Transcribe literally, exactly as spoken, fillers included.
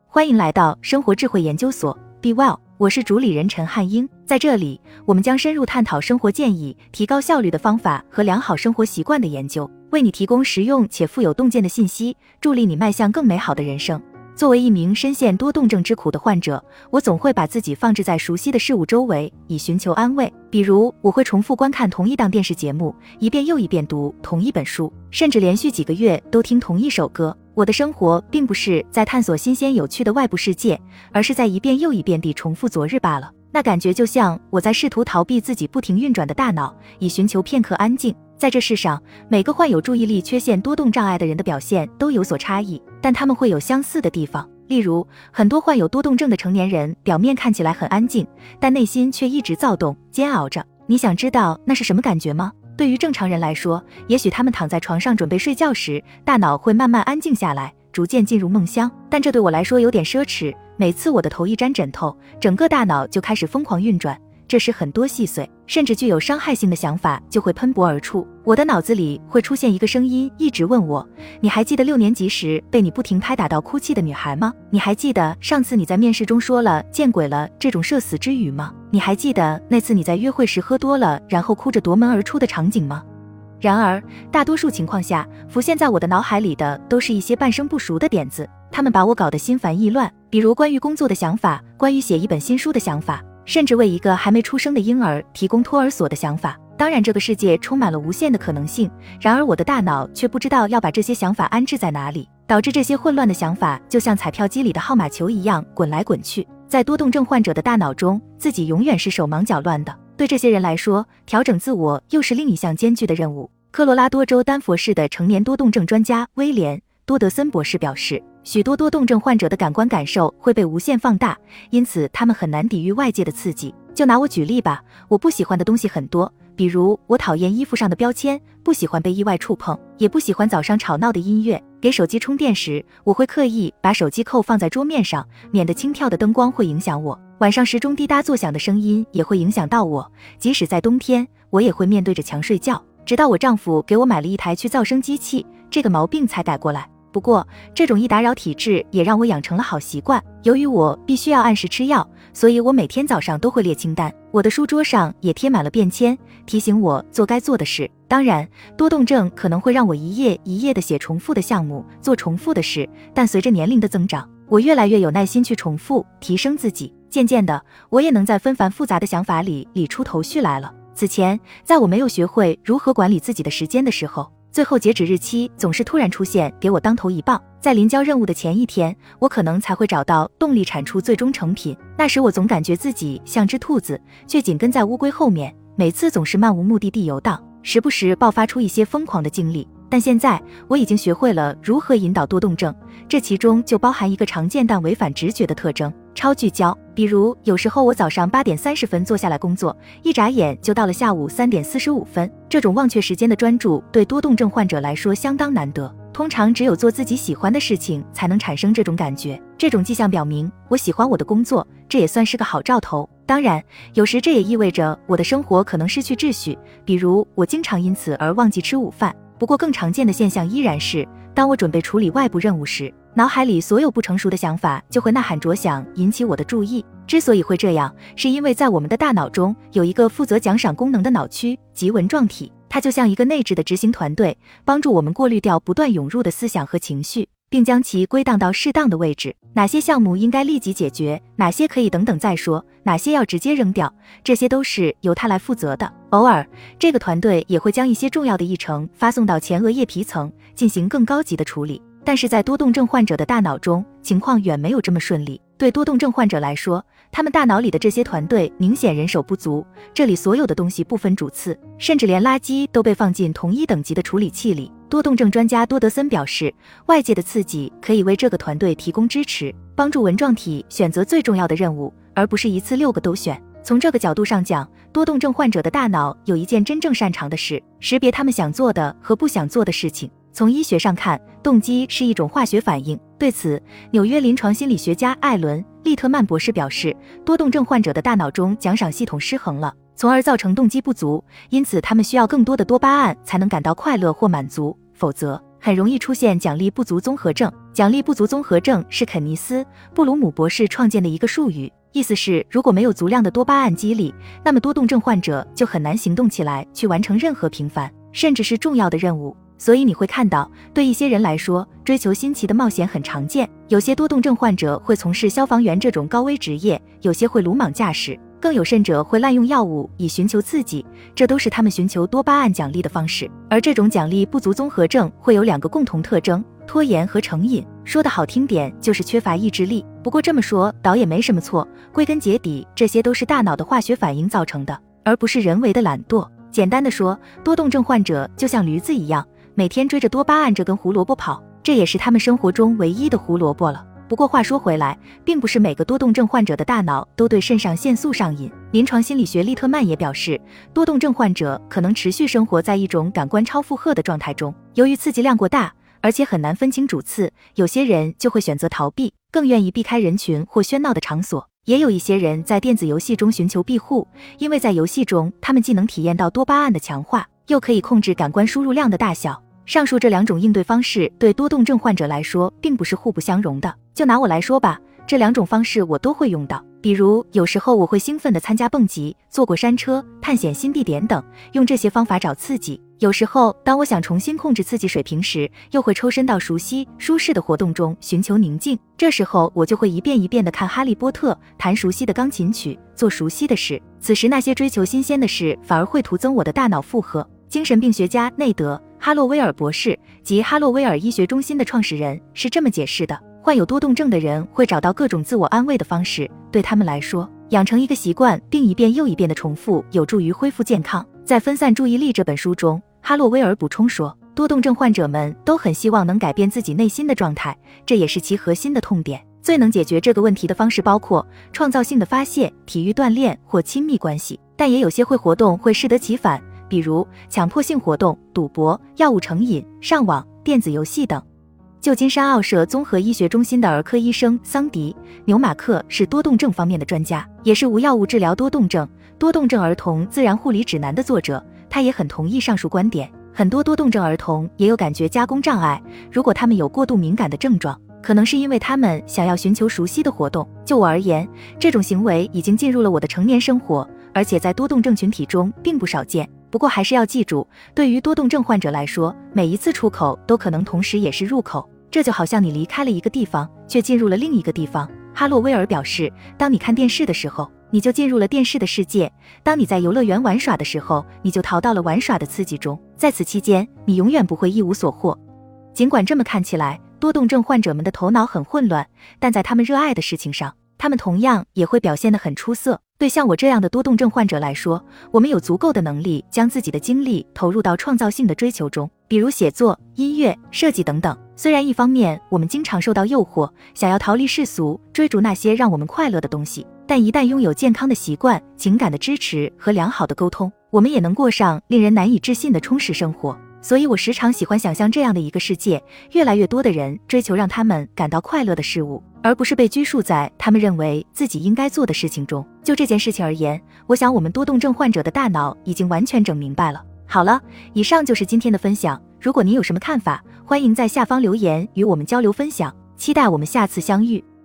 欢迎来到生活智慧研究所 Be Well， 我是主理人陈汉英。在这里，我们将深入探讨生活建议、提高效率的方法和良好生活习惯的研究，为你提供实用且富有洞见的信息，助力你迈向更美好的人生。作为一名深陷多动症之苦的患者，我总会把自己放置在熟悉的事物周围，以寻求安慰。比如，我会重复观看同一档电视节目，一遍又一遍读同一本书，甚至连续几个月都听同一首歌。我的生活并不是在探索新鲜有趣的外部世界，而是在一遍又一遍地重复昨日罢了。那感觉就像我在试图逃避自己不停运转的大脑，以寻求片刻安静。在这世上，每个患有注意力缺陷多动障碍的人的表现都有所差异，但他们会有相似的地方。例如，很多患有多动症的成年人表面看起来很安静，但内心却一直躁动、煎熬着。你想知道那是什么感觉吗？对于正常人来说，也许他们躺在床上准备睡觉时，大脑会慢慢安静下来，逐渐进入梦乡。但这对我来说有点奢侈，每次我的头一沾枕头，整个大脑就开始疯狂运转。这时很多细碎甚至具有伤害性的想法就会喷薄而出，我的脑子里会出现一个声音，一直问我：你还记得六年级时被你不停拍打到哭泣的女孩吗？你还记得上次你在面试中说了见鬼了这种社死之语吗？你还记得那次你在约会时喝多了然后哭着夺门而出的场景吗？然而大多数情况下，浮现在我的脑海里的都是一些半生不熟的点子，他们把我搞得心烦意乱，比如关于工作的想法，关于写一本新书的想法，甚至为一个还没出生的婴儿提供托儿所的想法。当然，这个世界充满了无限的可能性，然而我的大脑却不知道要把这些想法安置在哪里，导致这些混乱的想法就像彩票机里的号码球一样滚来滚去。在多动症患者的大脑中，自己永远是手忙脚乱的。对这些人来说，调整自我又是另一项艰巨的任务。科罗拉多州丹佛市的成年多动症专家威廉·多德森博士表示，许多多动症患者的感官感受会被无限放大，因此他们很难抵御外界的刺激。就拿我举例吧，我不喜欢的东西很多，比如我讨厌衣服上的标签，不喜欢被意外触碰，也不喜欢早上吵闹的音乐。给手机充电时，我会刻意把手机扣放在桌面上，免得轻跳的灯光会影响我。晚上时钟滴答作响的声音也会影响到我，即使在冬天，我也会面对着墙睡觉，直到我丈夫给我买了一台去噪声机器，这个毛病才改过来。不过，这种易打扰体质也让我养成了好习惯。由于我必须要按时吃药，所以我每天早上都会列清单。我的书桌上也贴满了便签，提醒我做该做的事。当然，多动症可能会让我一页一页地写重复的项目，做重复的事，但随着年龄的增长，我越来越有耐心去重复，提升自己。渐渐的，我也能在纷繁复杂的想法里理出头绪来了。此前，在我没有学会如何管理自己的时间的时候，最后截止日期总是突然出现，给我当头一棒。在临交任务的前一天，我可能才会找到动力产出最终成品。那时我总感觉自己像只兔子，却紧跟在乌龟后面，每次总是漫无目的地游荡，时不时爆发出一些疯狂的经历。但现在我已经学会了如何引导多动症，这其中就包含一个常见但违反直觉的特征：超聚焦。比如，有时候我早上八点三十分坐下来工作，一眨眼就到了下午三点四十五分。这种忘却时间的专注，对多动症患者来说相当难得。通常只有做自己喜欢的事情，才能产生这种感觉。这种迹象表明，我喜欢我的工作，这也算是个好兆头。当然，有时这也意味着我的生活可能失去秩序，比如我经常因此而忘记吃午饭。不过更常见的现象依然是，当我准备处理外部任务时，脑海里所有不成熟的想法就会呐喊着想，引起我的注意。之所以会这样，是因为在我们的大脑中有一个负责奖赏功能的脑区及纹状体，它就像一个内置的执行团队，帮助我们过滤掉不断涌入的思想和情绪，并将其归档到适当的位置。哪些项目应该立即解决，哪些可以等等再说，哪些要直接扔掉，这些都是由它来负责的。偶尔，这个团队也会将一些重要的议程发送到前额叶皮层，进行更高级的处理。但是在多动症患者的大脑中，情况远没有这么顺利。对多动症患者来说，他们大脑里的这些团队明显人手不足，这里所有的东西不分主次，甚至连垃圾都被放进同一等级的处理器里。多动症专家多德森表示，外界的刺激可以为这个团队提供支持，帮助纹状体选择最重要的任务，而不是一次六个都选。从这个角度上讲，多动症患者的大脑有一件真正擅长的事，识别他们想做的和不想做的事情。从医学上看，动机是一种化学反应。对此，纽约临床心理学家艾伦·利特曼博士表示，多动症患者的大脑中奖赏系统失衡了，从而造成动机不足，因此他们需要更多的多巴胺才能感到快乐或满足，否则很容易出现奖励不足综合症。奖励不足综合症是肯尼斯·布鲁姆博士创建的一个术语，意思是如果没有足量的多巴胺激励，那么多动症患者就很难行动起来去完成任何平凡甚至是重要的任务。所以你会看到，对一些人来说，追求新奇的冒险很常见。有些多动症患者会从事消防员这种高危职业，有些会鲁莽驾驶，更有甚者会滥用药物以寻求刺激，这都是他们寻求多巴胺奖励的方式。而这种奖励不足综合症会有两个共同特征：拖延和成瘾。说得好听点，就是缺乏意志力。不过这么说倒也没什么错，归根结底，这些都是大脑的化学反应造成的，而不是人为的懒惰。简单的说，多动症患者就像驴子一样，每天追着多巴胺这根胡萝卜跑，这也是他们生活中唯一的胡萝卜了。不过话说回来，并不是每个多动症患者的大脑都对肾上腺素上瘾。临床心理学利特曼也表示，多动症患者可能持续生活在一种感官超负荷的状态中，由于刺激量过大，而且很难分清主次，有些人就会选择逃避，更愿意避开人群或喧闹的场所。也有一些人在电子游戏中寻求庇护，因为在游戏中他们既能体验到多巴胺的强化，又可以控制感官输入量的大小。上述这两种应对方式对多动症患者来说并不是互不相容的。就拿我来说吧，这两种方式我都会用到。比如有时候我会兴奋地参加蹦极、坐过山车、探险新地点等，用这些方法找刺激。有时候当我想重新控制刺激水平时，又会抽身到熟悉、舒适的活动中寻求宁静。这时候我就会一遍一遍地看哈利波特，弹熟悉的钢琴曲，做熟悉的事。此时那些追求新鲜的事反而会徒增我的大脑负荷。精神病学家内德·哈洛威尔博士及哈洛威尔医学中心的创始人是这么解释的：患有多动症的人会找到各种自我安慰的方式，对他们来说，养成一个习惯并一遍又一遍的重复有助于恢复健康。在《分散注意力》这本书中，哈洛威尔补充说，多动症患者们都很希望能改变自己内心的状态，这也是其核心的痛点。最能解决这个问题的方式包括创造性的发泄、体育锻炼或亲密关系，但也有些会活动会适得其反，比如强迫性活动、赌博、药物成瘾、上网、电子游戏等。旧金山奥舍综合医学中心的儿科医生桑迪·纽马克是多动症方面的专家，也是无药物治疗多动症、多动症儿童自然护理指南的作者。他也很同意上述观点。很多多动症儿童也有感觉加工障碍，如果他们有过度敏感的症状，可能是因为他们想要寻求熟悉的活动。就我而言，这种行为已经进入了我的成年生活，而且在多动症群体中并不少见。不过还是要记住，对于多动症患者来说，每一次出口都可能同时也是入口。这就好像你离开了一个地方，却进入了另一个地方。哈洛威尔表示，当你看电视的时候，你就进入了电视的世界；当你在游乐园玩耍的时候，你就逃到了玩耍的刺激中。在此期间，你永远不会一无所获。尽管这么看起来，多动症患者们的头脑很混乱，但在他们热爱的事情上，他们同样也会表现得很出色。对像我这样的多动症患者来说，我们有足够的能力将自己的精力投入到创造性的追求中，比如写作、音乐、设计等等。虽然一方面我们经常受到诱惑，想要逃离世俗，追逐那些让我们快乐的东西，但一旦拥有健康的习惯、情感的支持和良好的沟通，我们也能过上令人难以置信的充实生活。所以我时常喜欢想象这样的一个世界，越来越多的人追求让他们感到快乐的事物，而不是被拘束在他们认为自己应该做的事情中。就这件事情而言，我想我们多动症患者的大脑已经完全整明白了。好了，以上就是今天的分享。如果您有什么看法，欢迎在下方留言与我们交流分享，期待我们下次相遇。